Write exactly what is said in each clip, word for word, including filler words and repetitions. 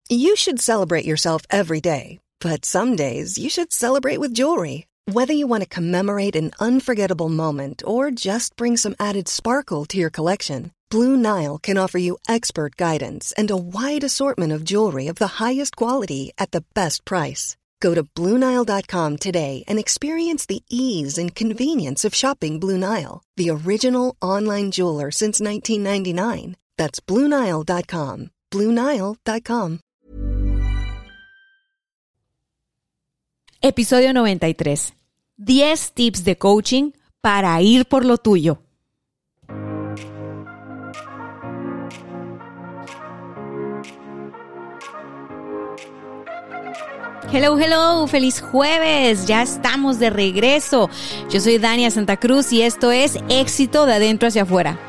You should celebrate yourself every day, but some days you should celebrate with jewelry. Whether you want to commemorate an unforgettable moment or just bring some added sparkle to your collection, Blue Nile can offer you expert guidance and a wide assortment of jewelry of the highest quality at the best price. Go to Blue Nile dot com today and experience the ease and convenience of shopping Blue Nile, the original online jeweler since nineteen ninety-nine. That's Blue Nile dot com. Blue Nile dot com. Episodio noventa y tres. diez tips de coaching para ir por lo tuyo. Hello, hello, feliz jueves, ya estamos de regreso. Yo soy Dania Santa Cruz y esto es Éxito de Adentro hacia Afuera.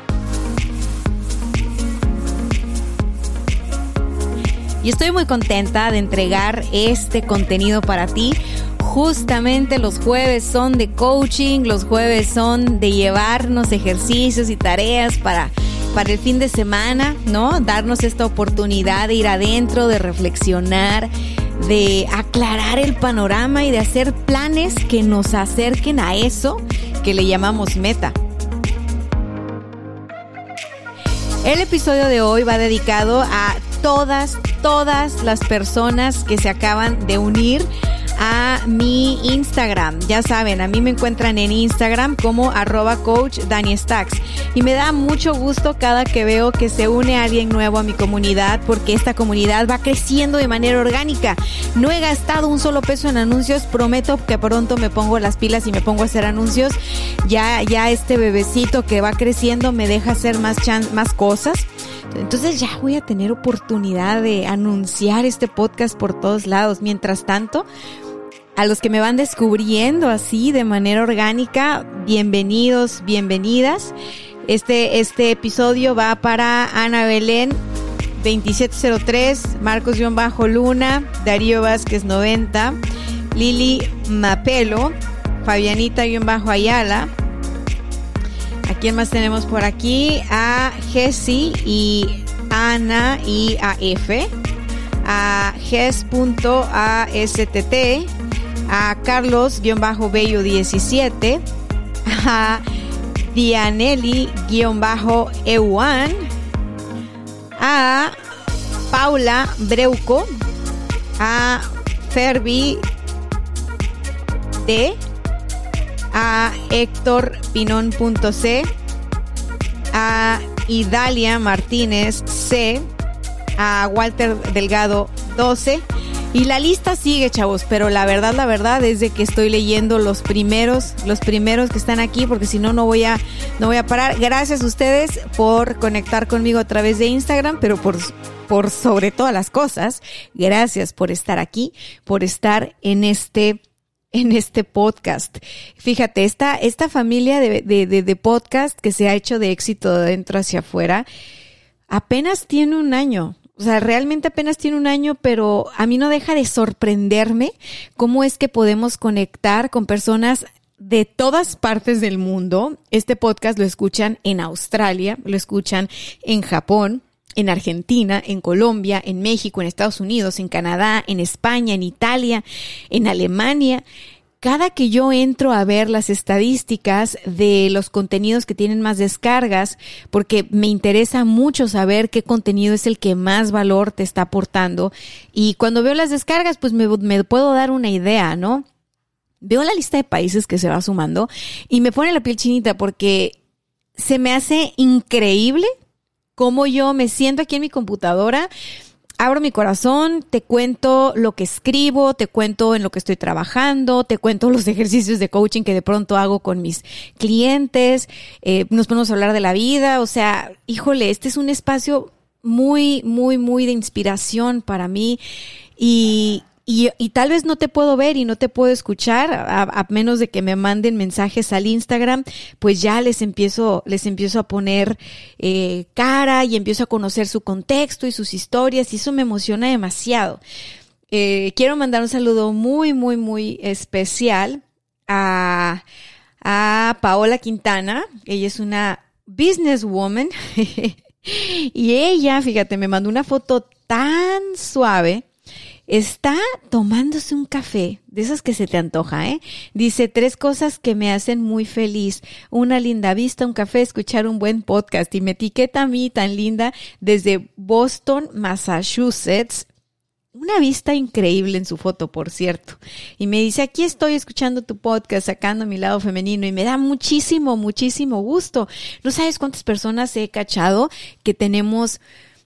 Y estoy muy contenta de entregar este contenido para ti. Justamente los jueves son de coaching, los jueves son de llevarnos ejercicios y tareas para, para el fin de semana, ¿no? Darnos esta oportunidad de ir adentro, de reflexionar, de aclarar el panorama y de hacer planes que nos acerquen a eso que le llamamos meta. El episodio de hoy va dedicado a todas, todas las personas que se acaban de unir a mi Instagram. Ya saben, a mí me encuentran en Instagram como arroba coach Dani Stacks. Y me da mucho gusto cada que veo que se une alguien nuevo a mi comunidad, porque esta comunidad va creciendo de manera orgánica. No he gastado un solo peso en anuncios. Prometo que pronto me pongo las pilas y me pongo a hacer anuncios. Ya, ya este bebecito que va creciendo me deja hacer más, chan- más cosas. Entonces ya voy a tener oportunidad de anunciar este podcast por todos lados. Mientras tanto, a los que me van descubriendo así de manera orgánica, bienvenidos, bienvenidas. Este, este episodio va para Ana Belén veintisiete cero tres, Marcos-Luna, Darío Vázquez noventa, Lili Mapelo, Fabianita-Ayala. ¿A quién más tenemos por aquí? A Jessy y Ana y A F, a Ges.ast, a Carlos-Bello diecisiete, a Dianelli-Euan, a Paula Breuco, a Ferbi D, a Héctor Pinón.c, a Idalia Martínez C, a Walter Delgado doce. Y la lista sigue, chavos, pero la verdad, la verdad es de que estoy leyendo los primeros, los primeros que están aquí, porque si no, no voy a, no voy a parar. Gracias a ustedes por conectar conmigo a través de Instagram, pero por, por sobre todas las cosas, gracias por estar aquí, por estar en este, en este podcast. Fíjate, esta, esta familia de, de, de, de podcast que se ha hecho de éxito de dentro hacia afuera, apenas tiene un año. O sea, realmente apenas tiene un año, pero a mí no deja de sorprenderme cómo es que podemos conectar con personas de todas partes del mundo. Este podcast lo escuchan en Australia, lo escuchan en Japón, en Argentina, en Colombia, en México, en Estados Unidos, en Canadá, en España, en Italia, en Alemania. Cada que yo entro a ver las estadísticas de los contenidos que tienen más descargas, porque me interesa mucho saber qué contenido es el que más valor te está aportando, y cuando veo las descargas, pues me, me puedo dar una idea, ¿no? Veo la lista de países que se va sumando y me pone la piel chinita, porque se me hace increíble cómo yo me siento aquí en mi computadora, abro mi corazón, te cuento lo que escribo, te cuento en lo que estoy trabajando, te cuento los ejercicios de coaching que de pronto hago con mis clientes, eh, nos ponemos a hablar de la vida. O sea, híjole, este es un espacio muy, muy, muy de inspiración para mí, y, y, y tal vez no te puedo ver y no te puedo escuchar, a, a menos de que me manden mensajes al Instagram, pues ya les empiezo, les empiezo a poner eh, cara y empiezo a conocer su contexto y sus historias, y eso me emociona demasiado. Eh, quiero mandar un saludo muy, muy, muy especial a, a Paola Quintana. Ella es una businesswoman y ella, fíjate, me mandó una foto tan suave. Está tomándose un café, de esas que se te antoja, ¿eh? Dice, tres cosas que me hacen muy feliz. Una linda vista, un café, escuchar un buen podcast. Y me etiqueta a mí tan linda desde Boston, Massachusetts. Una vista increíble en su foto, por cierto. Y me dice, aquí estoy escuchando tu podcast, sacando mi lado femenino. Y me da muchísimo, muchísimo gusto. No sabes cuántas personas he cachado que tenemos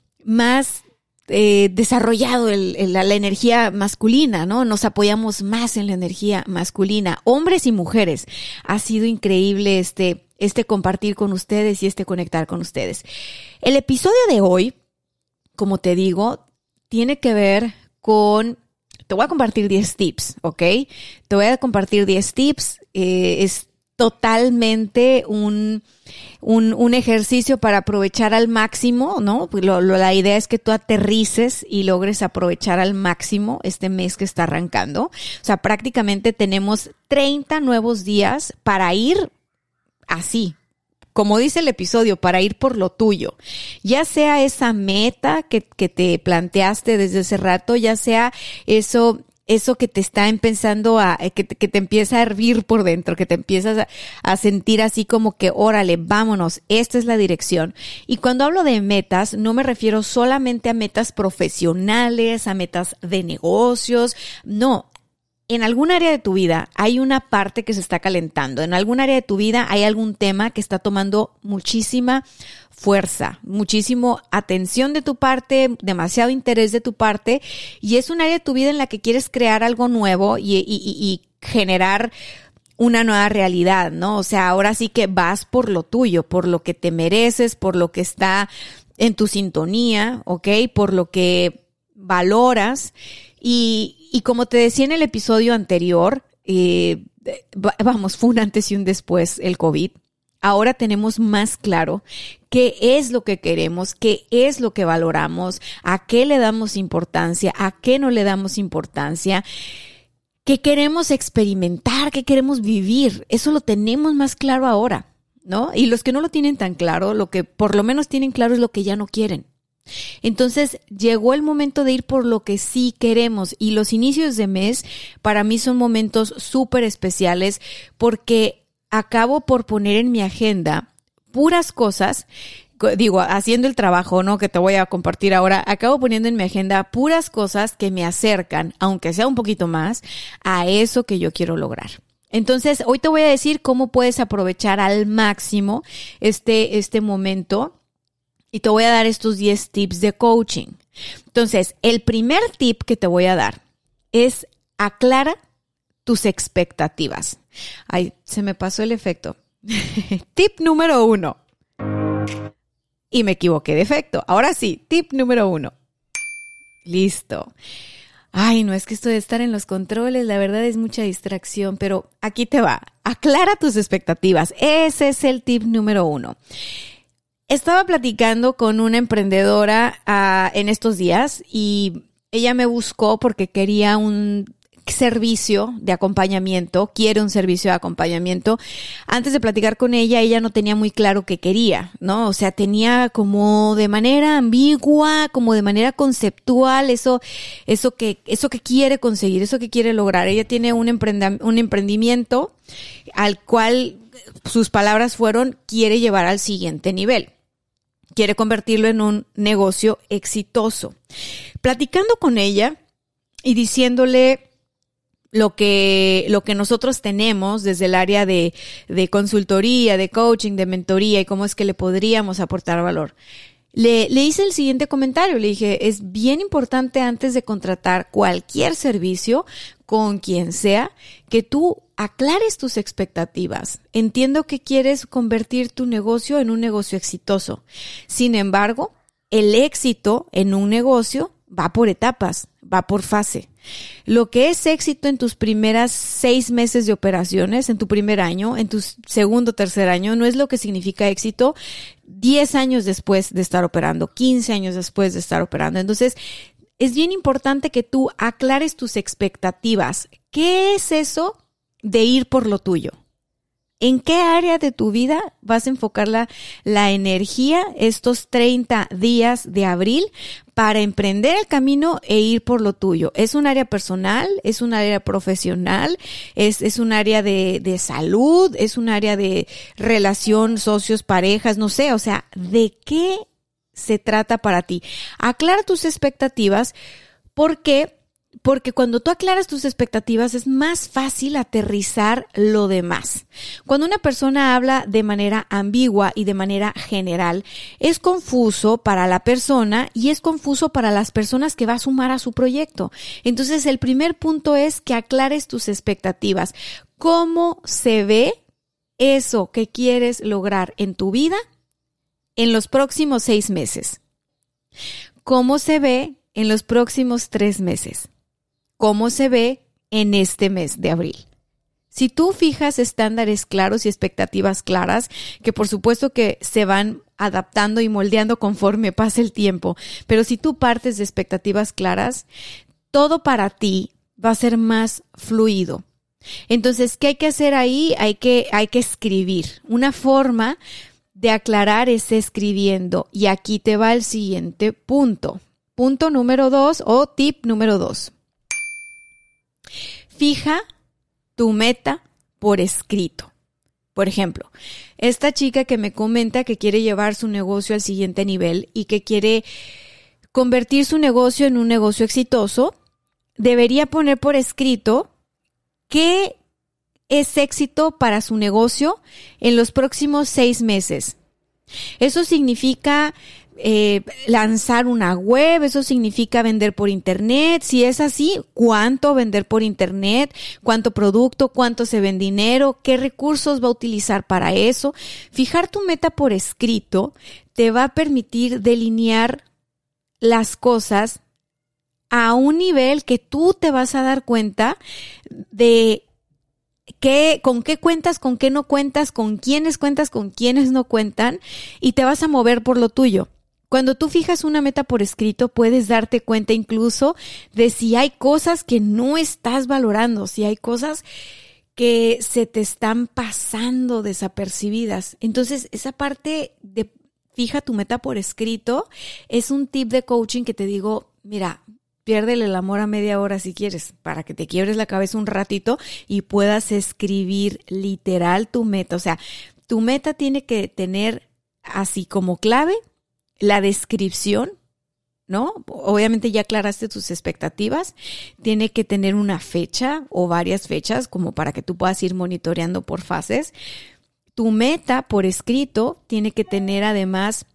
más eh, desarrollado el, el, la, la energía masculina, ¿no? Nos apoyamos más en la energía masculina. Hombres y mujeres. Ha sido increíble este, este compartir con ustedes y este conectar con ustedes. El episodio de hoy, como te digo, tiene que ver con, te voy a compartir diez tips, ¿ok? Te voy a compartir diez tips, eh, es totalmente un, un, un ejercicio para aprovechar al máximo, ¿no? Lo, lo, la idea es que tú aterrices y logres aprovechar al máximo este mes que está arrancando. O sea, prácticamente tenemos treinta nuevos días para ir así, como dice el episodio, para ir por lo tuyo. Ya sea esa meta que, que te planteaste desde hace rato, ya sea eso, eso que te está empezando a, que, que te empieza a hervir por dentro, que te empiezas a, a sentir así como que, órale, vámonos, esta es la dirección. Y cuando hablo de metas, no me refiero solamente a metas profesionales, a metas de negocios, no. En algún área de tu vida hay una parte que se está calentando. En algún área de tu vida hay algún tema que está tomando muchísima fuerza, muchísimo atención de tu parte, demasiado interés de tu parte. Y es un área de tu vida en la que quieres crear algo nuevo y, y, y, y generar una nueva realidad, ¿no? O sea, ahora sí que vas por lo tuyo, por lo que te mereces, por lo que está en tu sintonía, ¿ok? Por lo que valoras. Y, y como te decía en el episodio anterior, eh, vamos, fue un antes y un después el COVID. Ahora tenemos más claro qué es lo que queremos, qué es lo que valoramos, a qué le damos importancia, a qué no le damos importancia, qué queremos experimentar, qué queremos vivir. Eso lo tenemos más claro ahora, ¿no? Y los que no lo tienen tan claro, lo que por lo menos tienen claro es lo que ya no quieren. Entonces llegó el momento de ir por lo que sí queremos y los inicios de mes para mí son momentos súper especiales porque acabo por poner en mi agenda puras cosas, digo, haciendo el trabajo, ¿no? Que te voy a compartir ahora, acabo poniendo en mi agenda puras cosas que me acercan, aunque sea un poquito más, a eso que yo quiero lograr. Entonces hoy te voy a decir cómo puedes aprovechar al máximo este, este momento. Y te voy a dar estos diez tips de coaching. Entonces, el primer tip que te voy a dar es aclara tus expectativas. Ay, se me pasó el efecto. Tip número uno. Y me equivoqué de efecto. Ahora sí, tip número uno. Listo. Ay, no, es que esto de estar en los controles, la verdad es mucha distracción, pero aquí te va. Aclara tus expectativas. Ese es el tip número uno. Estaba platicando con una emprendedora uh, en estos días y ella me buscó porque quería un servicio de acompañamiento, quiere un servicio de acompañamiento. Antes de platicar con ella, ella no tenía muy claro qué quería, ¿no? O sea, tenía como de manera ambigua, como de manera conceptual, eso, eso que, eso que quiere conseguir, eso que quiere lograr. Ella tiene un emprend- un emprendimiento al cual sus palabras fueron, quiere llevar al siguiente nivel. Quiere convertirlo en un negocio exitoso. Platicando con ella y diciéndole lo que, lo que nosotros tenemos desde el área de, de consultoría, de coaching, de mentoría y cómo es que le podríamos aportar valor. Le, le hice el siguiente comentario. Le dije, es bien importante antes de contratar cualquier servicio con quien sea, que tú aclares tus expectativas. Entiendo que quieres convertir tu negocio en un negocio exitoso. Sin embargo, el éxito en un negocio va por etapas, va por fase. Lo que es éxito en tus primeras seis meses de operaciones, en tu primer año, en tu segundo o tercer año, no es lo que significa éxito diez años después de estar operando, quince años después de estar operando. Entonces, es bien importante que tú aclares tus expectativas. ¿Qué es eso de ir por lo tuyo? ¿En qué área de tu vida vas a enfocar la, la energía estos treinta días de abril para emprender el camino e ir por lo tuyo? ¿Es un área personal? ¿Es un área profesional? ¿Es, es un área de, de salud? ¿Es un área de relación, socios, parejas? No sé, o sea, ¿de qué se trata para ti? Aclara tus expectativas porque... Porque cuando tú aclaras tus expectativas es más fácil aterrizar lo demás. Cuando una persona habla de manera ambigua y de manera general, es confuso para la persona y es confuso para las personas que va a sumar a su proyecto. Entonces, el primer punto es que aclares tus expectativas. ¿Cómo se ve eso que quieres lograr en tu vida en los próximos seis meses? ¿Cómo se ve en los próximos tres meses? ¿Cómo se ve en este mes de abril? Si tú fijas estándares claros y expectativas claras, que por supuesto que se van adaptando y moldeando conforme pasa el tiempo, pero si tú partes de expectativas claras, todo para ti va a ser más fluido. Entonces, ¿qué hay que hacer ahí? Hay que, hay que escribir. Una forma de aclarar es escribiendo. Y aquí te va el siguiente punto. Punto número dos o tip número dos. Fija tu meta por escrito. Por ejemplo, esta chica que me comenta que quiere llevar su negocio al siguiente nivel y que quiere convertir su negocio en un negocio exitoso, debería poner por escrito qué es éxito para su negocio en los próximos seis meses. Eso significa Eh, lanzar una web, eso significa vender por internet. Si es así, ¿cuánto vender por internet? ¿Cuánto producto? ¿Cuánto se ve en dinero? ¿Qué recursos va a utilizar para eso? Fijar tu meta por escrito te va a permitir delinear las cosas a un nivel que tú te vas a dar cuenta de ¿Qué, con qué cuentas, con qué no cuentas, con quiénes cuentas, con quiénes no cuentan, y te vas a mover por lo tuyo. Cuando tú fijas una meta por escrito, puedes darte cuenta incluso de si hay cosas que no estás valorando, si hay cosas que se te están pasando desapercibidas. Entonces, esa parte de fija tu meta por escrito es un tip de coaching que te digo, mira, piérdele el amor a media hora si quieres, para que te quiebres la cabeza un ratito y puedas escribir literal tu meta. O sea, tu meta tiene que tener así como clave la descripción, ¿no? Obviamente ya aclaraste tus expectativas. Tiene que tener una fecha o varias fechas como para que tú puedas ir monitoreando por fases. Tu meta por escrito tiene que tener además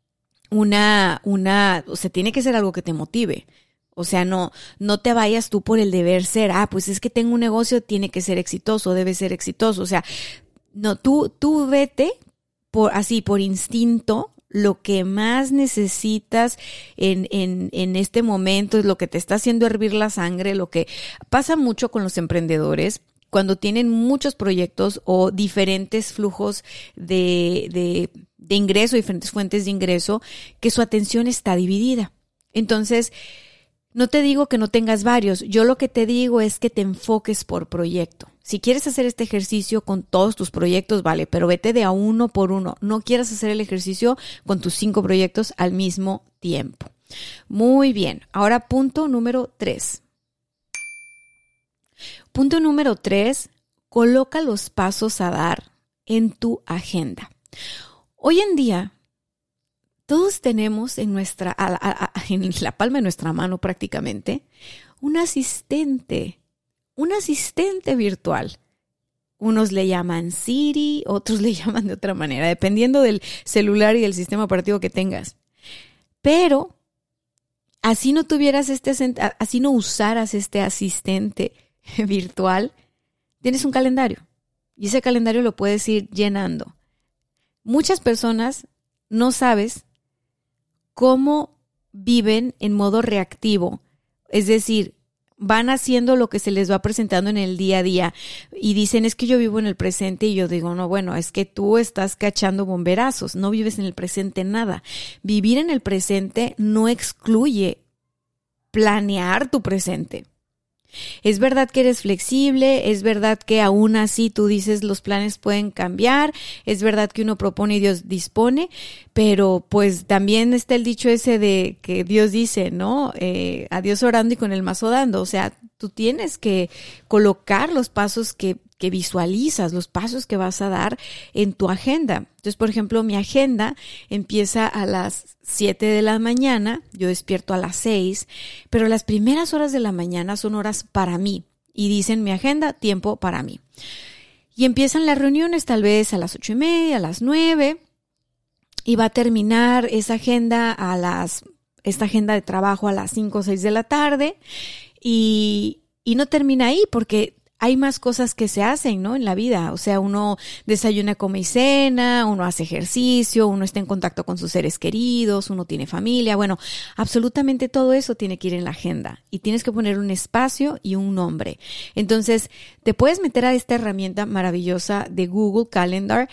una, una, o sea, tiene que ser algo que te motive. O sea, no, no te vayas tú por el deber ser. Ah, pues es que tengo un negocio, tiene que ser exitoso, debe ser exitoso. O sea, no, tú, tú vete por, así, por instinto. Lo que más necesitas en, en, en este momento es lo que te está haciendo hervir la sangre, lo que pasa mucho con los emprendedores cuando tienen muchos proyectos o diferentes flujos de, de, de ingreso, diferentes fuentes de ingreso, que su atención está dividida. Entonces, no te digo que no tengas varios, yo lo que te digo es que te enfoques por proyecto. Si quieres hacer este ejercicio con todos tus proyectos, vale, pero vete de a uno por uno. No quieras hacer el ejercicio con tus cinco proyectos al mismo tiempo. Muy bien, ahora punto número tres. Punto número tres, coloca los pasos a dar en tu agenda. Hoy en día, todos tenemos en nuestra, a, a, a, en la palma de nuestra mano prácticamente, un asistente, un asistente virtual. Unos le llaman Siri, otros le llaman de otra manera, dependiendo del celular y del sistema operativo que tengas. Pero, así no tuvieras este, así no usaras este asistente virtual, tienes un calendario y ese calendario lo puedes ir llenando. Muchas personas no sabes cómo viven en modo reactivo, es decir, van haciendo lo que se les va presentando en el día a día y dicen, es que yo vivo en el presente, y yo digo, no, bueno, es que tú estás cachando bomberazos, no vives en el presente nada. Vivir en el presente no excluye planear tu presente. Es verdad que eres flexible, es verdad que aún así tú dices los planes pueden cambiar, es verdad que uno propone y Dios dispone, pero pues también está el dicho ese de que Dios dice, ¿no? Eh, a Dios orando y con el mazo dando, o sea, tú tienes que colocar los pasos que, que visualizas, los pasos que vas a dar en tu agenda. Entonces, por ejemplo, mi agenda empieza a las siete de la mañana, yo despierto a las seis, pero las primeras horas de la mañana son horas para mí y dicen mi agenda, tiempo para mí. Y empiezan las reuniones tal vez a las ocho y media, a las nueve, y va a terminar esa agenda a las, esta agenda de trabajo a las cinco o seis de la tarde y, y no termina ahí porque hay más cosas que se hacen, ¿no? En la vida. O sea, uno desayuna, come y cena, uno hace ejercicio, uno está en contacto con sus seres queridos, uno tiene familia. Bueno, absolutamente todo eso tiene que ir en la agenda y tienes que poner un espacio y un nombre. Entonces, te puedes meter a esta herramienta maravillosa de Google Calendar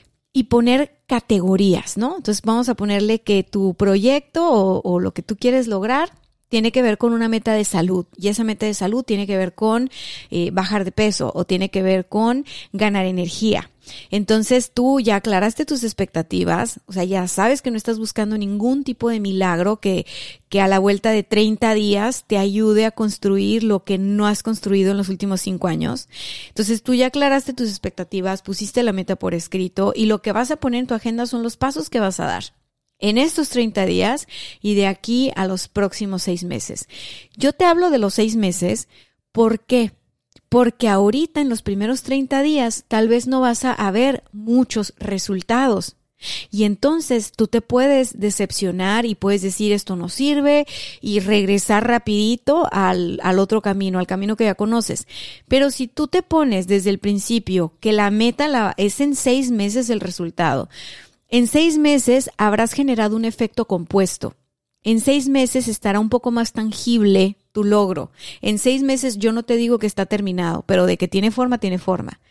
y poner categorías, ¿no? Entonces, vamos a ponerle que tu proyecto o, o lo que tú quieres lograr tiene que ver con una meta de salud y esa meta de salud tiene que ver con eh, bajar de peso o tiene que ver con ganar energía. Entonces tú ya aclaraste tus expectativas, o sea, ya sabes que no estás buscando ningún tipo de milagro que, que a la vuelta de treinta días te ayude a construir lo que no has construido en los últimos cinco años. Entonces tú ya aclaraste tus expectativas, pusiste la meta por escrito y lo que vas a poner en tu agenda son los pasos que vas a dar en estos treinta días y de aquí a los próximos seis meses. Yo te hablo de los seis meses, ¿por qué? Porque ahorita en los primeros treinta días tal vez no vas a ver muchos resultados. Y entonces tú te puedes decepcionar y puedes decir esto no sirve y regresar rapidito al, al otro camino, al camino que ya conoces. Pero si tú te pones desde el principio que la meta la, es en seis meses el resultado, en seis meses habrás generado un efecto compuesto. En seis meses estará un poco más tangible tu logro. En seis meses yo no te digo que está terminado, pero de que tiene forma, tiene forma.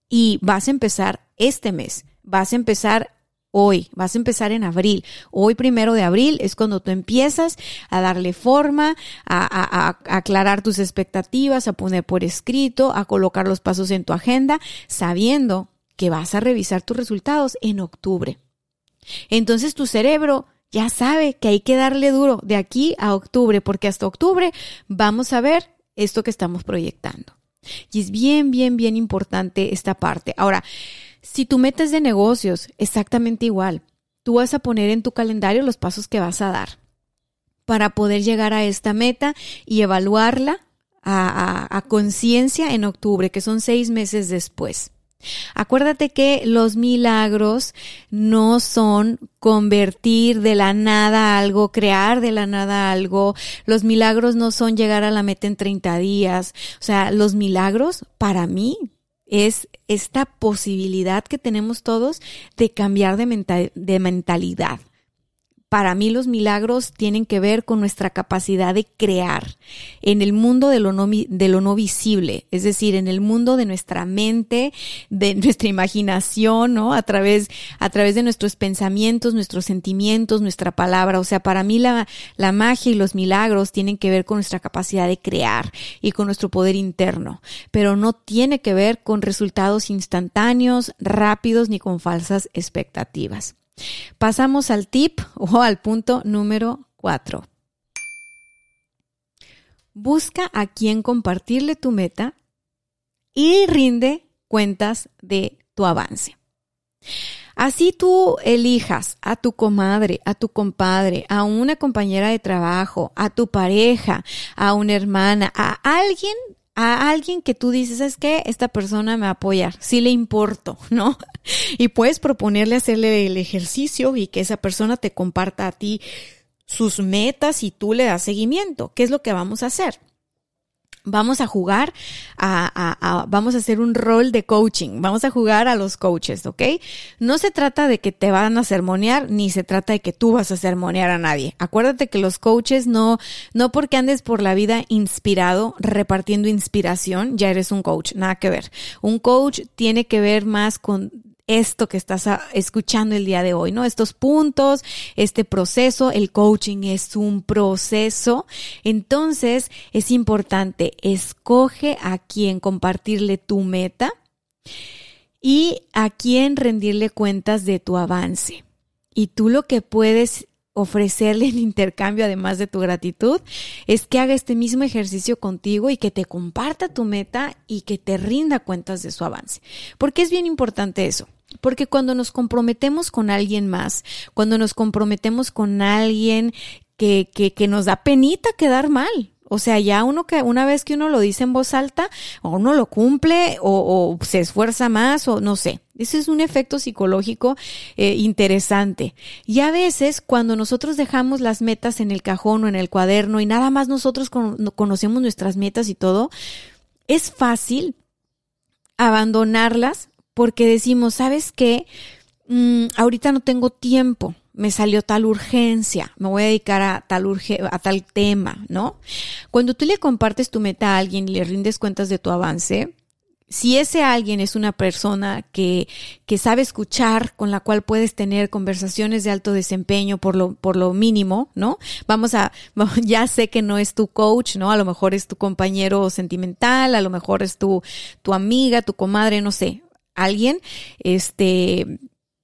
Y vas a empezar este mes. Vas a empezar hoy. Vas a empezar en abril. Hoy, primero de abril, es cuando tú empiezas a darle forma, a, a, a aclarar tus expectativas, a poner por escrito, a colocar los pasos en tu agenda, sabiendo que vas a revisar tus resultados en octubre. Entonces tu cerebro ya sabe que hay que darle duro de aquí a octubre, porque hasta octubre vamos a ver esto que estamos proyectando. Y es bien, bien, bien importante esta parte. Ahora, si tu meta es de negocios, exactamente igual. Tú vas a poner en tu calendario los pasos que vas a dar para poder llegar a esta meta y evaluarla a, a, a conciencia en octubre, que son seis meses después. Acuérdate que los milagros no son convertir de la nada algo, crear de la nada algo. Los milagros no son llegar a la meta en treinta días. O sea, los milagros para mí es esta posibilidad que tenemos todos de cambiar de, mental, de mentalidad. Para mí los milagros tienen que ver con nuestra capacidad de crear en el mundo de lo no, de lo no visible, es decir, en el mundo de nuestra mente, de nuestra imaginación, ¿no? A través, a través de nuestros pensamientos, nuestros sentimientos, nuestra palabra. O sea, para mí la, la magia y los milagros tienen que ver con nuestra capacidad de crear y con nuestro poder interno, pero no tiene que ver con resultados instantáneos, rápidos ni con falsas expectativas. Pasamos al tip o al punto número cuatro. Busca a quien compartirle tu meta y rinde cuentas de tu avance. Así tú elijas a tu comadre, a tu compadre, a una compañera de trabajo, a tu pareja, a una hermana, a alguien a alguien que tú dices, es que esta persona me va a apoyar, sí le importo, ¿no? Y puedes proponerle hacerle el ejercicio y que esa persona te comparta a ti sus metas y tú le das seguimiento. ¿Qué es lo que vamos a hacer? Vamos a jugar, a, a, a, vamos a hacer un rol de coaching, vamos a jugar a los coaches, ¿ok? No se trata de que te van a sermonear, ni se trata de que tú vas a sermonear a nadie. Acuérdate que los coaches no, no porque andes por la vida inspirado, repartiendo inspiración, ya eres un coach, nada que ver. Un coach tiene que ver más con esto que estás escuchando el día de hoy, ¿no? Estos puntos, este proceso, el coaching es un proceso. Entonces, es importante, escoge a quién compartirle tu meta y a quién rendirle cuentas de tu avance. Y tú lo que puedes ofrecerle en intercambio, además de tu gratitud, es que haga este mismo ejercicio contigo y que te comparta tu meta y que te rinda cuentas de su avance. ¿Por qué es bien importante eso? Porque cuando nos comprometemos con alguien más, cuando nos comprometemos con alguien que, que, que nos da penita quedar mal, o sea, ya uno que una vez que uno lo dice en voz alta, o uno lo cumple, o, o se esfuerza más, o no sé. Ese es un efecto psicológico eh, interesante. Y a veces, cuando nosotros dejamos las metas en el cajón o en el cuaderno y nada más nosotros con, conocemos nuestras metas y todo, es fácil abandonarlas porque decimos, ¿sabes qué? Mm, ahorita no tengo tiempo. Me salió tal urgencia, me voy a dedicar a tal urge, a tal tema, ¿no? Cuando tú le compartes tu meta a alguien y le rindes cuentas de tu avance, si ese alguien es una persona que, que sabe escuchar, con la cual puedes tener conversaciones de alto desempeño por lo, por lo mínimo, ¿no? Vamos a, ya sé que no es tu coach, ¿no? A lo mejor es tu compañero sentimental, a lo mejor es tu, tu amiga, tu comadre, no sé. Alguien, este...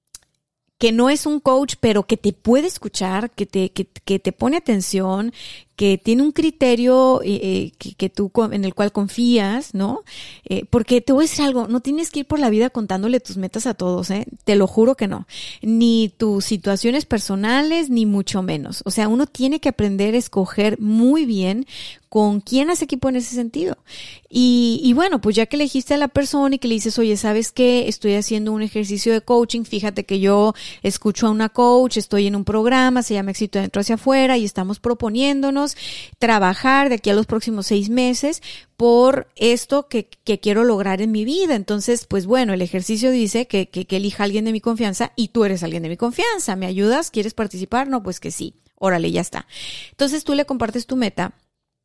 que no es un coach, pero que te puede escuchar, que te, que, que te pone atención, que tiene un criterio eh, que, que tú, en el cual confías, ¿no? Eh, porque te voy a decir algo, no tienes que ir por la vida contándole tus metas a todos, ¿eh? Te lo juro que no. Ni tus situaciones personales, ni mucho menos. O sea, uno tiene que aprender a escoger muy bien con quién hace equipo en ese sentido. Y, y bueno, pues ya que elegiste a la persona y que le dices, oye, ¿sabes qué? Estoy haciendo un ejercicio de coaching, fíjate que yo escucho a una coach, estoy en un programa, se llama Éxito Adentro Hacia Afuera y estamos proponiéndonos trabajar de aquí a los próximos seis meses por esto que, que quiero lograr en mi vida. Entonces, pues bueno, el ejercicio dice que, que, que elija a alguien de mi confianza y tú eres alguien de mi confianza. ¿Me ayudas? ¿Quieres participar? No, pues que sí. Órale, ya está. Entonces tú le compartes tu meta.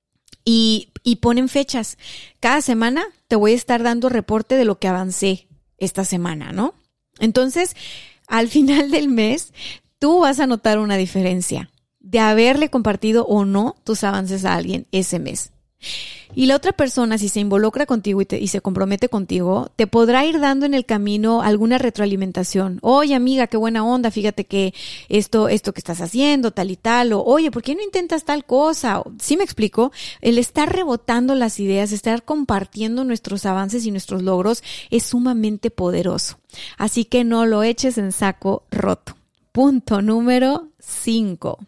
Y, y ponen fechas. Cada semana te voy a estar dando reporte de lo que avancé esta semana, ¿no? Entonces, al final del mes, tú vas a notar una diferencia de haberle compartido o no tus avances a alguien ese mes. Y la otra persona, si se involucra contigo y, te, y se compromete contigo, te podrá ir dando en el camino alguna retroalimentación. Oye, amiga, qué buena onda, fíjate que esto, esto que estás haciendo, tal y tal, o oye, ¿por qué no intentas tal cosa? ¿Sí me explico? El estar rebotando las ideas, estar compartiendo nuestros avances y nuestros logros es sumamente poderoso. Así que no lo eches en saco roto. Punto número cinco.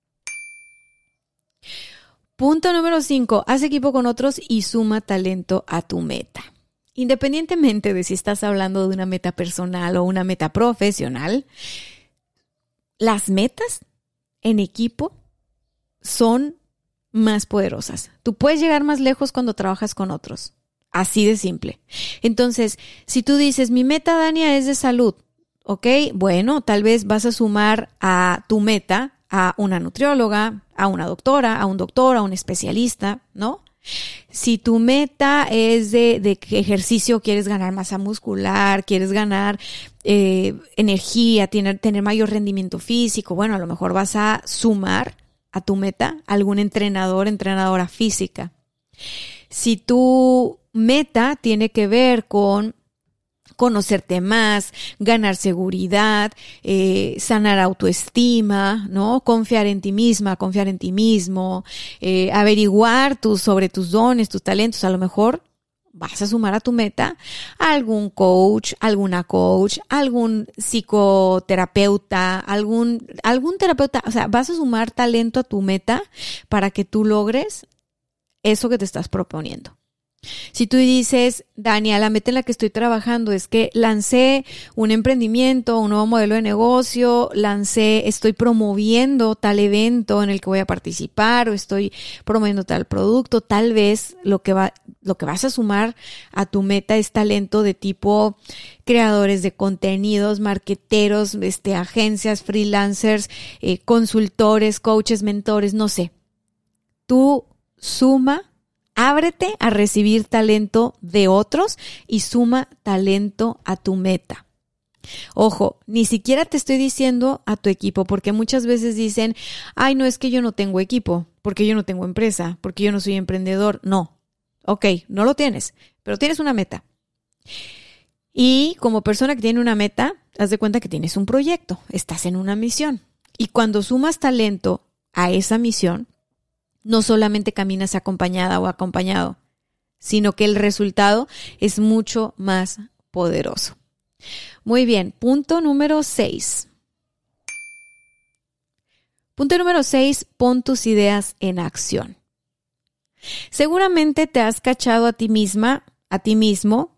Punto número cinco, haz equipo con otros y suma talento a tu meta. Independientemente de si estás hablando de una meta personal o una meta profesional, las metas en equipo son más poderosas. Tú puedes llegar más lejos cuando trabajas con otros. Así de simple. Entonces, si tú dices, mi meta, Dania, es de salud, ¿ok? Bueno, tal vez vas a sumar a tu meta a una nutrióloga, a una doctora, a un doctor, a un especialista, ¿no? Si tu meta es de, de ejercicio, quieres ganar masa muscular, quieres ganar eh, energía, tener, tener mayor rendimiento físico, bueno, a lo mejor vas a sumar a tu meta algún entrenador, entrenadora física. Si tu meta tiene que ver con conocerte más, ganar seguridad, eh, sanar autoestima, ¿no? Confiar en ti misma, confiar en ti mismo, eh, averiguar tus, sobre tus dones, tus talentos. A lo mejor vas a sumar a tu meta a algún coach, alguna coach, algún psicoterapeuta, algún, algún terapeuta. O sea, vas a sumar talento a tu meta para que tú logres eso que te estás proponiendo. Si tú dices, Dania, la meta en la que estoy trabajando es que lancé un emprendimiento, un nuevo modelo de negocio, lancé, estoy promoviendo tal evento en el que voy a participar o estoy promoviendo tal producto, tal vez lo que va, lo que vas a sumar a tu meta es talento de tipo creadores de contenidos, marqueteros, este, agencias, freelancers, eh, consultores, coaches, mentores, no sé. Tú suma. Ábrete a recibir talento de otros y suma talento a tu meta. Ojo, ni siquiera te estoy diciendo a tu equipo, porque muchas veces dicen, ay, no, es que yo no tengo equipo, porque yo no tengo empresa, porque yo no soy emprendedor. No, ok, no lo tienes, pero tienes una meta. Y como persona que tiene una meta, haz de cuenta que tienes un proyecto, estás en una misión. Y cuando sumas talento a esa misión, no solamente caminas acompañada o acompañado, sino que el resultado es mucho más poderoso. Muy bien, punto número seis. Punto número seis, pon tus ideas en acción. Seguramente te has cachado a ti misma, a ti mismo,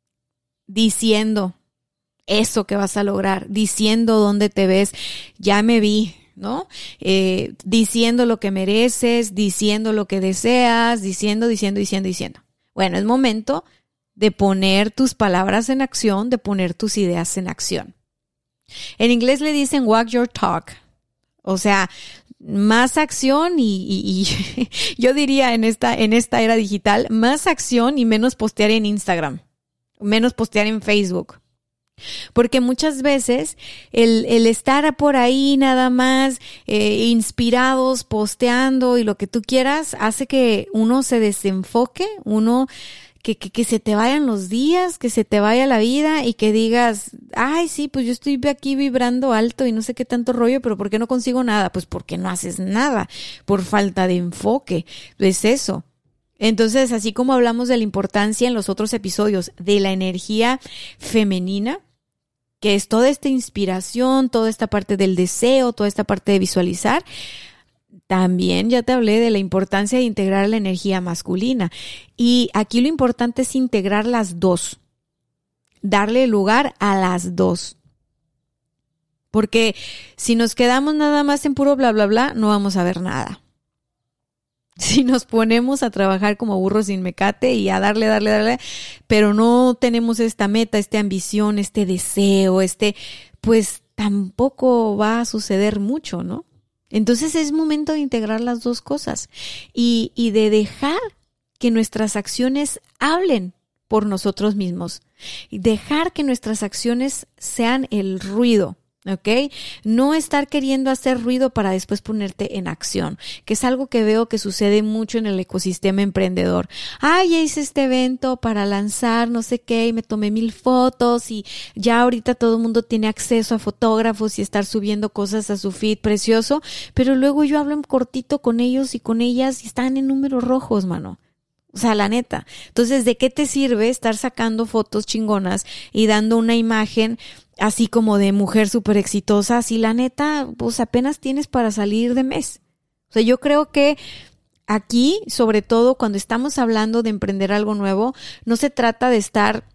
diciendo eso que vas a lograr, diciendo dónde te ves, ya me vi, ¿no? Eh, diciendo lo que mereces, diciendo lo que deseas, diciendo, diciendo, diciendo, diciendo. Bueno, es momento de poner tus palabras en acción, de poner tus ideas en acción. En inglés le dicen walk your talk, o sea, más acción y, y, y yo diría en esta, en esta era digital, más acción y menos postear en Instagram, menos postear en Facebook. Porque muchas veces el, el estar por ahí nada más eh, inspirados, posteando y lo que tú quieras, hace que uno se desenfoque, uno que, que, que se te vayan los días, que se te vaya la vida y que digas, ay sí, pues yo estoy aquí vibrando alto y no sé qué tanto rollo, pero ¿por qué no consigo nada? Pues porque no haces nada, por falta de enfoque, es eso. Entonces, así como hablamos de la importancia en los otros episodios de la energía femenina, que es toda esta inspiración, toda esta parte del deseo, toda esta parte de visualizar, también ya te hablé de la importancia de integrar la energía masculina. Y aquí lo importante es integrar las dos, darle lugar a las dos. Porque si nos quedamos nada más en puro bla, bla, bla, no vamos a ver nada. Si nos ponemos a trabajar como burros sin mecate y a darle, darle, darle, pero no tenemos esta meta, esta ambición, este deseo, este, pues tampoco va a suceder mucho, ¿no? Entonces es momento de integrar las dos cosas y, y de dejar que nuestras acciones hablen por nosotros mismos. Y dejar que nuestras acciones sean el ruido. ¿Ok? No estar queriendo hacer ruido para después ponerte en acción, que es algo que veo que sucede mucho en el ecosistema emprendedor. Ay, ya hice este evento para lanzar no sé qué y me tomé mil fotos y ya ahorita todo el mundo tiene acceso a fotógrafos y estar subiendo cosas a su feed precioso, pero luego yo hablo en cortito con ellos y con ellas y están en números rojos, mano. O sea, la neta. Entonces, ¿de qué te sirve estar sacando fotos chingonas y dando una imagen así como de mujer súper exitosa? Si la neta, pues apenas tienes para salir de mes. O sea, yo creo que aquí, sobre todo cuando estamos hablando de emprender algo nuevo, no se trata de estar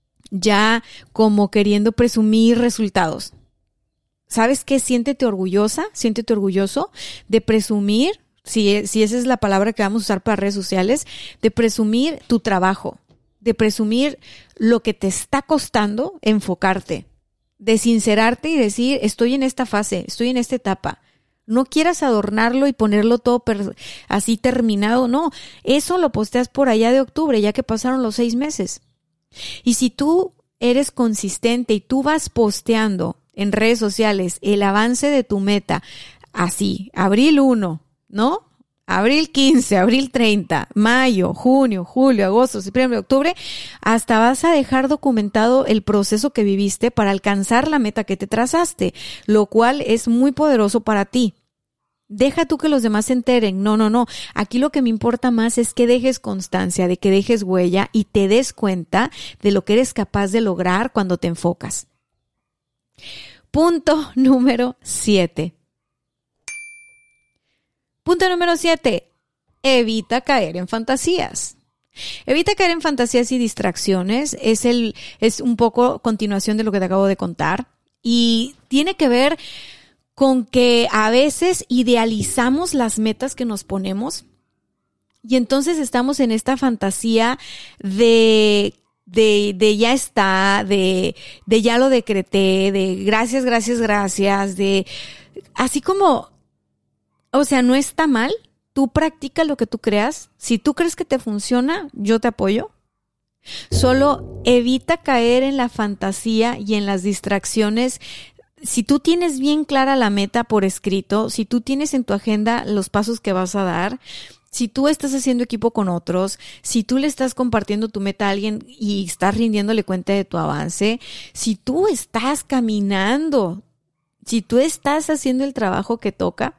ya como queriendo presumir resultados. ¿Sabes qué? Siéntete orgullosa, siéntete orgulloso de presumir, si, si esa es la palabra que vamos a usar para redes sociales, de presumir tu trabajo, de presumir lo que te está costando enfocarte, de sincerarte y decir, estoy en esta fase, estoy en esta etapa. No quieras adornarlo y ponerlo todo per- así terminado, no. Eso lo posteas por allá de octubre, ya que pasaron los seis meses. Y si tú eres consistente y tú vas posteando en redes sociales el avance de tu meta, así, abril uno, ¿no? Abril quince, abril treinta, mayo, junio, julio, agosto, septiembre, octubre, hasta vas a dejar documentado el proceso que viviste para alcanzar la meta que te trazaste, lo cual es muy poderoso para ti. Deja tú que los demás se enteren. No, no, no. Aquí lo que me importa más es que dejes constancia, de que dejes huella y te des cuenta de lo que eres capaz de lograr cuando te enfocas. Punto número siete. Punto número siete. Evita caer en fantasías. Evita caer en fantasías y distracciones. Es el, es un poco continuación de lo que te acabo de contar. Y tiene que ver con que a veces idealizamos las metas que nos ponemos. Y entonces estamos en esta fantasía de, de, de ya está, de, de ya lo decreté, de gracias, gracias, gracias, de así como, o sea, no está mal. Tú practica lo que tú creas. Si tú crees que te funciona, yo te apoyo. Solo evita caer en la fantasía y en las distracciones. Si tú tienes bien clara la meta por escrito, si tú tienes en tu agenda los pasos que vas a dar, si tú estás haciendo equipo con otros, si tú le estás compartiendo tu meta a alguien y estás rindiéndole cuenta de tu avance, si tú estás caminando, si tú estás haciendo el trabajo que toca,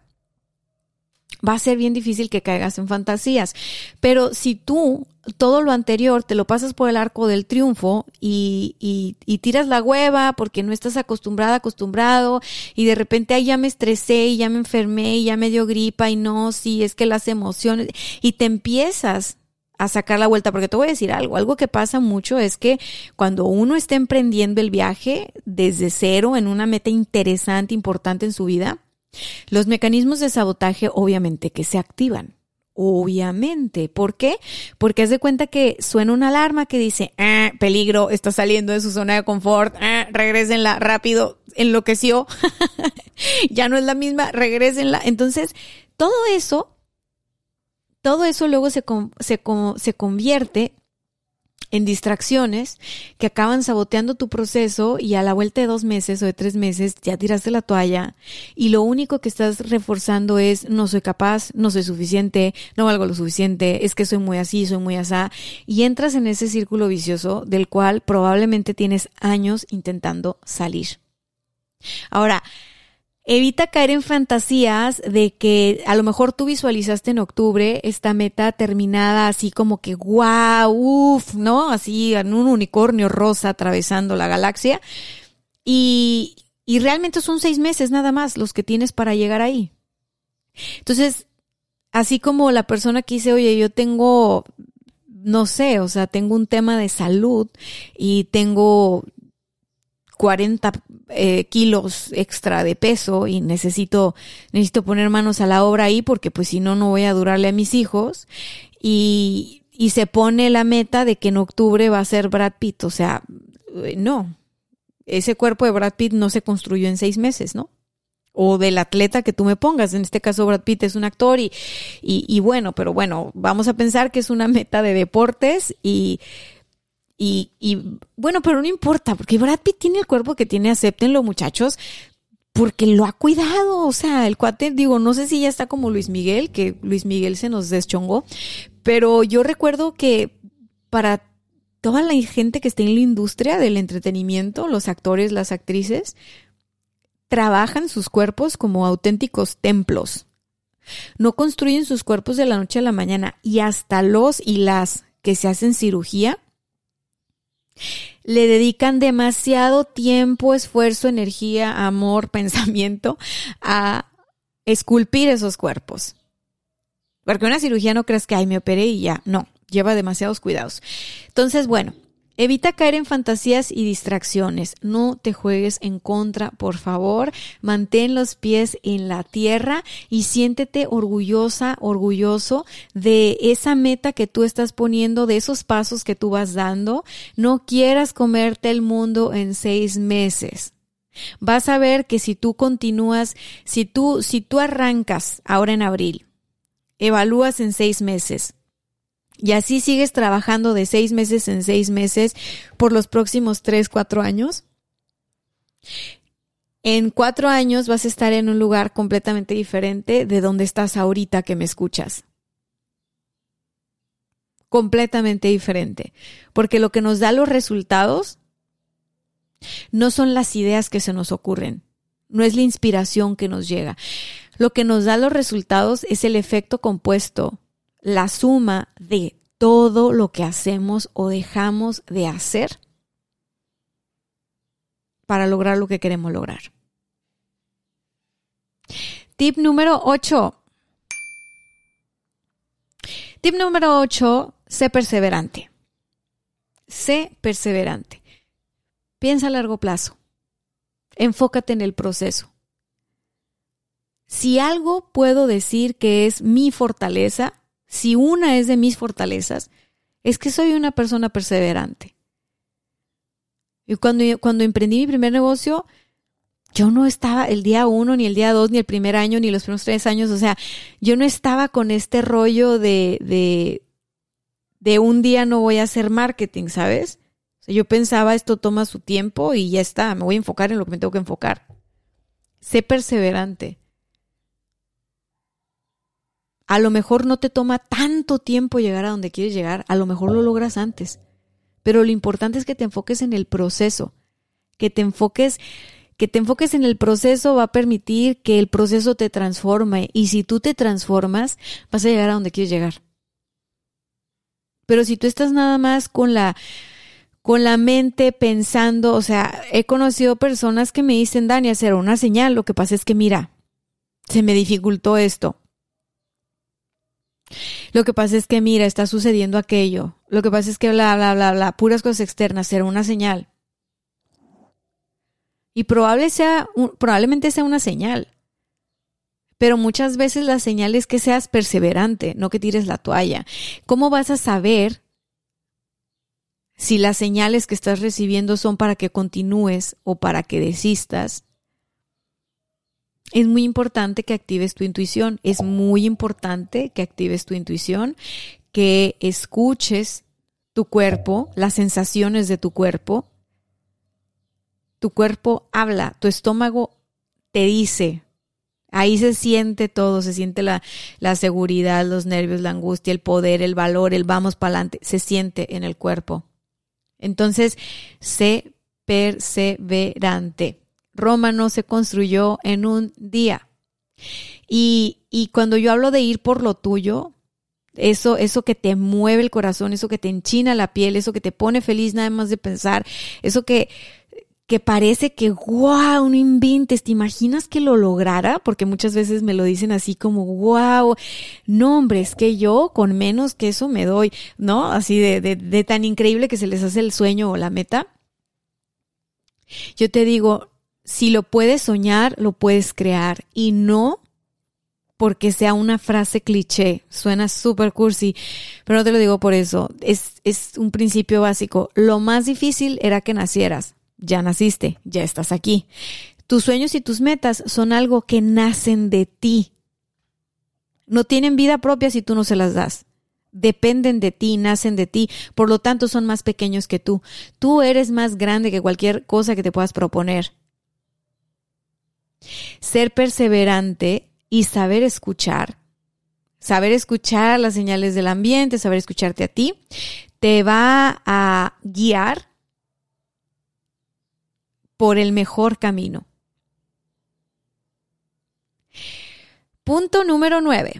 va a ser bien difícil que caigas en fantasías. Pero si tú todo lo anterior te lo pasas por el arco del triunfo y, y, y tiras la hueva porque no estás acostumbrada, acostumbrado, y de repente ay, ya me estresé y ya me enfermé y ya me dio gripa y no, sí, es que las emociones, y te empiezas a sacar la vuelta, porque te voy a decir algo, algo que pasa mucho es que cuando uno está emprendiendo el viaje desde cero en una meta interesante, importante en su vida, los mecanismos de sabotaje obviamente que se activan. Obviamente. ¿Por qué? Porque haz de cuenta que suena una alarma que dice, ah, peligro, está saliendo de su zona de confort, ah, regrésenla rápido, enloqueció, ya no es la misma, regrésenla. Entonces, todo eso, todo eso luego se, se, se convierte en distracciones que acaban saboteando tu proceso y a la vuelta de dos meses o de tres meses ya tiraste la toalla y lo único que estás reforzando es no soy capaz, no soy suficiente, no valgo lo suficiente, es que soy muy así, soy muy asá, y entras en ese círculo vicioso del cual probablemente tienes años intentando salir. Ahora, evita caer en fantasías de que a lo mejor tú visualizaste en octubre esta meta terminada así como que guau, uff, ¿no? Así en un unicornio rosa atravesando la galaxia y, y realmente son seis meses nada más los que tienes para llegar ahí. Entonces, así como la persona que dice, oye, yo tengo, no sé, o sea, tengo un tema de salud y tengo cuarenta eh, kilos extra de peso y necesito, necesito poner manos a la obra ahí porque pues si no, no voy a durarle a mis hijos. Y, y se pone la meta de que en octubre va a ser Brad Pitt. O sea, no. Ese cuerpo de Brad Pitt no se construyó en seis meses, ¿no? O del atleta que tú me pongas. En este caso Brad Pitt es un actor y, y, y bueno, pero bueno, vamos a pensar que es una meta de deportes y Y, y bueno, pero no importa, porque Brad Pitt tiene el cuerpo que tiene, acéptenlo muchachos, porque lo ha cuidado. O sea, el cuate, digo, no sé si ya está como Luis Miguel, que Luis Miguel se nos deschongó, pero yo recuerdo que para toda la gente que está en la industria del entretenimiento, los actores, las actrices, trabajan sus cuerpos como auténticos templos. No construyen sus cuerpos de la noche a la mañana, y hasta los y las que se hacen cirugía le dedican demasiado tiempo, esfuerzo, energía, amor, pensamiento a esculpir esos cuerpos. Porque una cirugía no creas que, ay, me operé y ya. No, lleva demasiados cuidados. Entonces, bueno, evita caer en fantasías y distracciones. No te juegues en contra, por favor. Mantén los pies en la tierra y siéntete orgullosa, orgulloso de esa meta que tú estás poniendo, de esos pasos que tú vas dando. No quieras comerte el mundo en seis meses. Vas a ver que si tú continúas, si tú, si tú arrancas ahora en abril, evalúas en seis meses, y así sigues trabajando de seis meses en seis meses por los próximos tres, cuatro años. En cuatro años vas a estar en un lugar completamente diferente de donde estás ahorita que me escuchas. Completamente diferente. Porque lo que nos da los resultados no son las ideas que se nos ocurren. No es la inspiración que nos llega. Lo que nos da los resultados es el efecto compuesto, la suma de todo lo que hacemos o dejamos de hacer para lograr lo que queremos lograr. Tip número ocho. Tip número ocho, sé perseverante. Sé perseverante. Piensa a largo plazo. Enfócate en el proceso. Si algo puedo decir que es mi fortaleza, si una es de mis fortalezas, es que soy una persona perseverante. Y cuando, cuando emprendí mi primer negocio, yo no estaba el día uno, ni el día dos, ni el primer año, ni los primeros tres años. O sea, yo no estaba con este rollo de, de, de un día no voy a hacer marketing, ¿sabes? O sea, yo pensaba, esto toma su tiempo y ya está, me voy a enfocar en lo que me tengo que enfocar. Sé perseverante. A lo mejor no te toma tanto tiempo llegar a donde quieres llegar, a lo mejor lo logras antes. Pero lo importante es que te enfoques en el proceso, que te enfoques, que te enfoques en el proceso va a permitir que el proceso te transforme. Y si tú te transformas, vas a llegar a donde quieres llegar. Pero si tú estás nada más con la, con la mente pensando, o sea, he conocido personas que me dicen, Dani, hacer una señal, lo que pasa es que mira, se me dificultó esto. Lo que pasa es que mira, está sucediendo aquello. Lo que pasa es que bla, bla, bla, bla, puras cosas externas, será una señal. Y probable sea, probablemente sea una señal. Pero muchas veces la señal es que seas perseverante, no que tires la toalla. ¿Cómo vas a saber si las señales que estás recibiendo son para que continúes o para que desistas? Es muy importante que actives tu intuición. Es muy importante que actives tu intuición, que escuches tu cuerpo, las sensaciones de tu cuerpo. Tu cuerpo habla, tu estómago te dice. Ahí se siente todo, se siente la, la seguridad, los nervios, la angustia, el poder, el valor, el vamos para adelante. Se siente en el cuerpo. Entonces, sé perseverante. Roma no se construyó en un día. Y, y cuando yo hablo de ir por lo tuyo, eso, eso que te mueve el corazón, eso que te enchina la piel, eso que te pone feliz nada más de pensar, eso que, que parece que, wow, no inventes, ¿te imaginas que lo lograra? Porque muchas veces me lo dicen así como, wow, no hombre, es que yo con menos que eso me doy, ¿no? Así de, de, de tan increíble que se les hace el sueño o la meta. Yo te digo, si lo puedes soñar, lo puedes crear. Y no porque sea una frase cliché. Suena súper cursi, pero no te lo digo por eso. Es, es un principio básico. Lo más difícil era que nacieras. Ya naciste, ya estás aquí. Tus sueños y tus metas son algo que nacen de ti. No tienen vida propia si tú no se las das. Dependen de ti, nacen de ti. Por lo tanto, son más pequeños que tú. Tú eres más grande que cualquier cosa que te puedas proponer. Ser perseverante y saber escuchar, saber escuchar las señales del ambiente, saber escucharte a ti, te va a guiar por el mejor camino. Punto número nueve.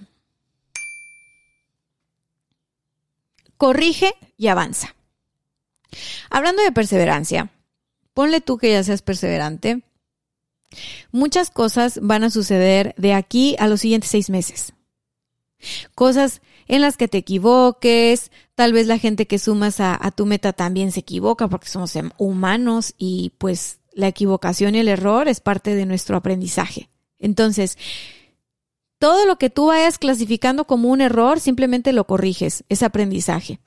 Corrige y avanza. Hablando de perseverancia, ponle tú que ya seas perseverante. Muchas cosas van a suceder de aquí a los siguientes seis meses. Cosas en las que te equivoques, tal vez la gente que sumas a, a tu meta también se equivoca porque somos humanos y pues la equivocación y el error es parte de nuestro aprendizaje. Entonces, todo lo que tú vayas clasificando como un error, simplemente lo corriges, es aprendizaje.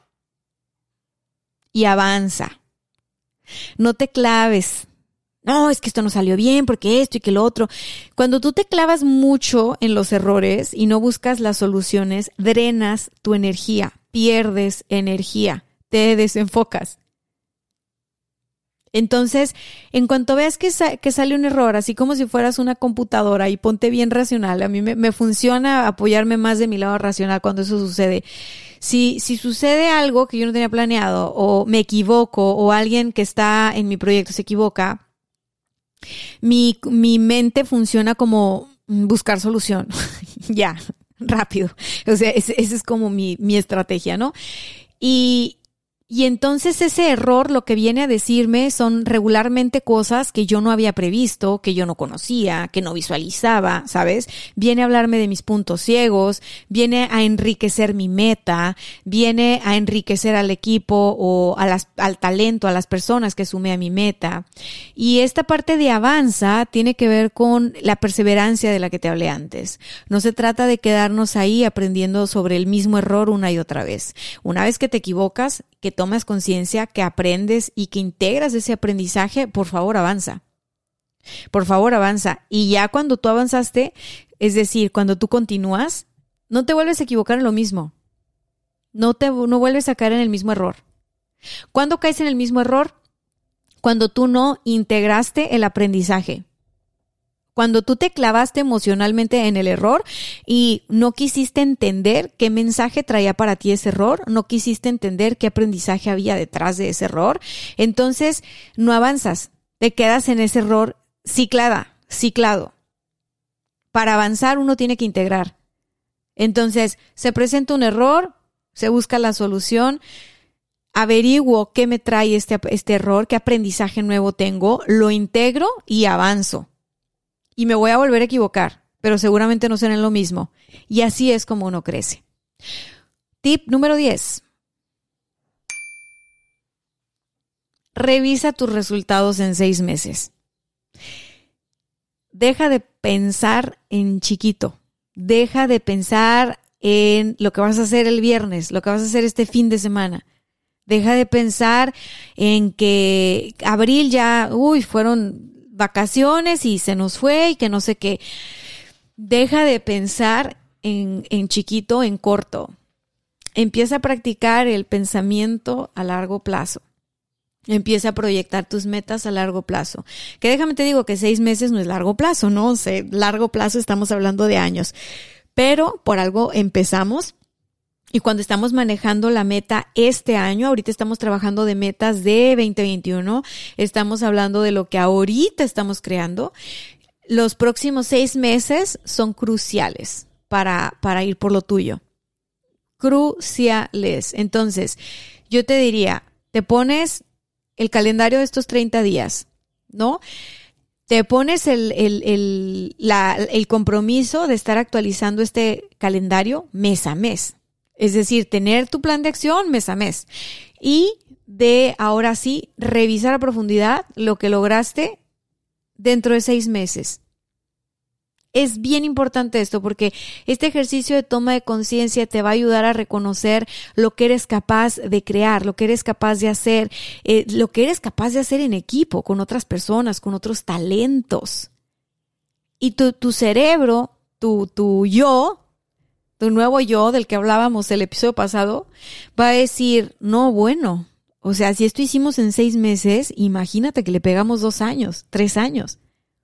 Y avanza. No te claves. No, es que esto no salió bien porque esto y que lo otro. Cuando tú te clavas mucho en los errores y no buscas las soluciones, drenas tu energía, pierdes energía, te desenfocas. Entonces, en cuanto veas que, sa- que sale un error, así como si fueras una computadora y ponte bien racional, a mí me, me funciona apoyarme más de mi lado racional cuando eso sucede. Si, si sucede algo que yo no tenía planeado o me equivoco o alguien que está en mi proyecto se equivoca, Mi, mi mente funciona como buscar solución. Ya, rápido. O sea, esa es, es como mi, mi estrategia, ¿no? Y, y entonces ese error lo que viene a decirme son regularmente cosas que yo no había previsto, que yo no conocía, que no visualizaba, ¿sabes? Viene a hablarme de mis puntos ciegos, viene a enriquecer mi meta, viene a enriquecer al equipo o a las, al talento, a las personas que sumé a mi meta. Y esta parte de avanza tiene que ver con la perseverancia de la que te hablé antes. No se trata de quedarnos ahí aprendiendo sobre el mismo error una y otra vez. Una vez que te equivocas, que tomas conciencia, que aprendes y que integras ese aprendizaje, por favor avanza. Por favor avanza. Y ya cuando tú avanzaste, es decir, cuando tú continúas, no te vuelves a equivocar en lo mismo. No te no vuelves a caer en el mismo error. ¿Cuándo caes en el mismo error? Cuando tú no integraste el aprendizaje. Cuando tú te clavaste emocionalmente en el error y no quisiste entender qué mensaje traía para ti ese error, no quisiste entender qué aprendizaje había detrás de ese error, entonces no avanzas, te quedas en ese error ciclada, ciclado. Para avanzar uno tiene que integrar. Entonces se presenta un error, se busca la solución, averiguo qué me trae este, este error, qué aprendizaje nuevo tengo, lo integro y avanzo. Y me voy a volver a equivocar, pero seguramente no será lo mismo. Y así es como uno crece. Tip número diez. Revisa tus resultados en seis meses. Deja de pensar en chiquito. Deja de pensar en lo que vas a hacer el viernes, lo que vas a hacer este fin de semana. Deja de pensar en que abril ya, uy, fueron vacaciones y se nos fue y que no sé qué. Deja de pensar en, en chiquito, en corto. Empieza a practicar el pensamiento a largo plazo. Empieza a proyectar tus metas a largo plazo. Que déjame te digo que seis meses no es largo plazo, ¿no? O sea, largo plazo estamos hablando de años. Pero por algo empezamos. Y cuando estamos manejando la meta este año, ahorita estamos trabajando de metas de veinte veintiuno, estamos hablando de lo que ahorita estamos creando. Los próximos seis meses son cruciales para, para ir por lo tuyo. Cruciales. Entonces, yo te diría, te pones el calendario de estos treinta días, ¿no? Te pones el, el, el, la, el compromiso de estar actualizando este calendario mes a mes. Es decir, tener tu plan de acción mes a mes y de ahora sí revisar a profundidad lo que lograste dentro de seis meses. Es bien importante esto porque este ejercicio de toma de conciencia te va a ayudar a reconocer lo que eres capaz de crear, lo que eres capaz de hacer, eh, lo que eres capaz de hacer en equipo, con otras personas, con otros talentos. Y tu, tu cerebro, tu, tu yo, tu nuevo yo del que hablábamos el episodio pasado, va a decir, no, bueno, o sea, si esto hicimos en seis meses, imagínate que le pegamos dos años, tres años.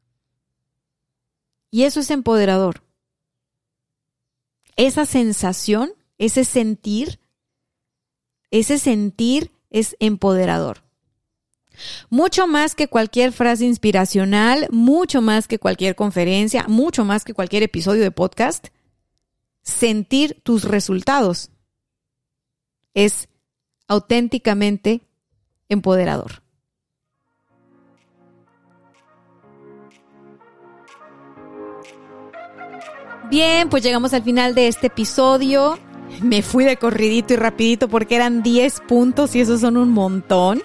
Y eso es empoderador. Esa sensación, ese sentir, ese sentir es empoderador. Mucho más que cualquier frase inspiracional, mucho más que cualquier conferencia, mucho más que cualquier episodio de podcast. Sentir tus resultados es auténticamente empoderador. Bien, pues llegamos al final de este episodio. Me fui de corridito y rapidito porque eran diez puntos y esos son un montón.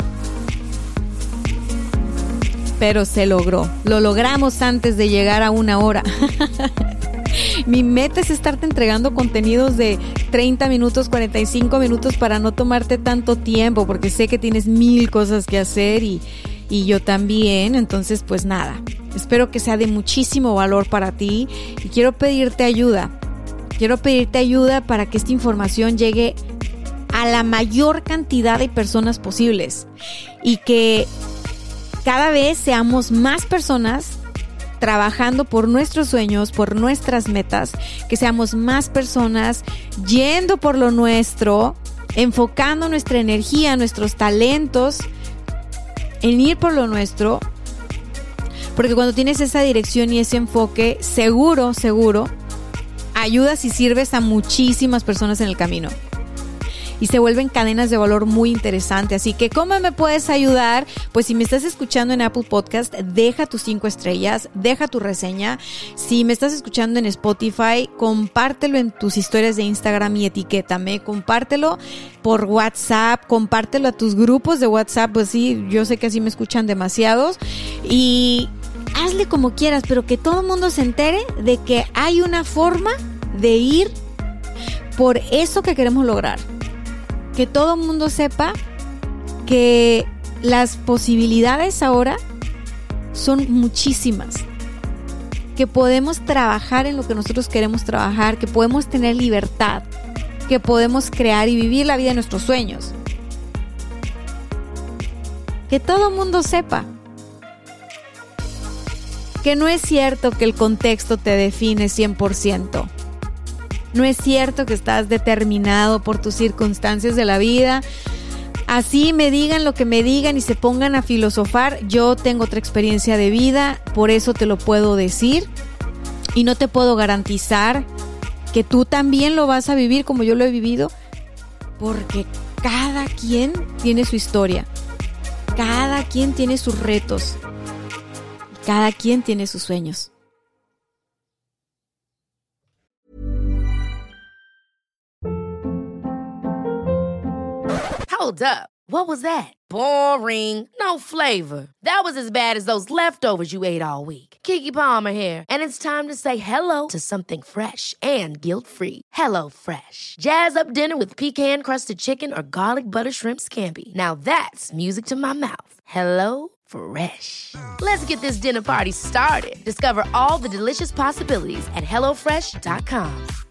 Pero se logró. Lo logramos antes de llegar a una hora. Mi meta es estarte entregando contenidos de treinta minutos, cuarenta y cinco minutos para no tomarte tanto tiempo, porque sé que tienes mil cosas que hacer y, y yo también. Entonces, pues nada, espero que sea de muchísimo valor para ti y quiero pedirte ayuda. Quiero pedirte ayuda para que esta información llegue a la mayor cantidad de personas posibles y que cada vez seamos más personas trabajando por nuestros sueños, por nuestras metas, que seamos más personas yendo por lo nuestro, enfocando nuestra energía, nuestros talentos en ir por lo nuestro, porque cuando tienes esa dirección y ese enfoque, seguro, seguro, ayudas y sirves a muchísimas personas en el camino. Y se vuelven cadenas de valor muy interesantes. Así que, ¿cómo me puedes ayudar? Pues si me estás escuchando en Apple Podcast, deja tus cinco estrellas, deja tu reseña. Si me estás escuchando en Spotify, compártelo en tus historias de Instagram y etiquétame. Compártelo por WhatsApp, compártelo a tus grupos de WhatsApp. Pues sí, yo sé que así me escuchan demasiados. Y hazle como quieras, pero que todo el mundo se entere de que hay una forma de ir por eso que queremos lograr. Que todo el mundo sepa que las posibilidades ahora son muchísimas. Que podemos trabajar en lo que nosotros queremos trabajar, que podemos tener libertad, que podemos crear y vivir la vida de nuestros sueños. Que todo mundo sepa que no es cierto que el contexto te define cien por ciento. No es cierto que estás determinado por tus circunstancias de la vida. Así me digan lo que me digan y se pongan a filosofar, yo tengo otra experiencia de vida, por eso te lo puedo decir. Y no te puedo garantizar que tú también lo vas a vivir como yo lo he vivido, porque cada quien tiene su historia, cada quien tiene sus retos, cada quien tiene sus sueños. Hold up. What was that? Boring. No flavor. That was as bad as those leftovers you ate all week. Keke Palmer here, and it's time to say hello to something fresh and guilt-free. Hello Fresh. Jazz up dinner with pecan-crusted chicken or garlic butter shrimp scampi. Now that's music to my mouth. Hello Fresh. Let's get this dinner party started. Discover all the delicious possibilities at hello fresh dot com.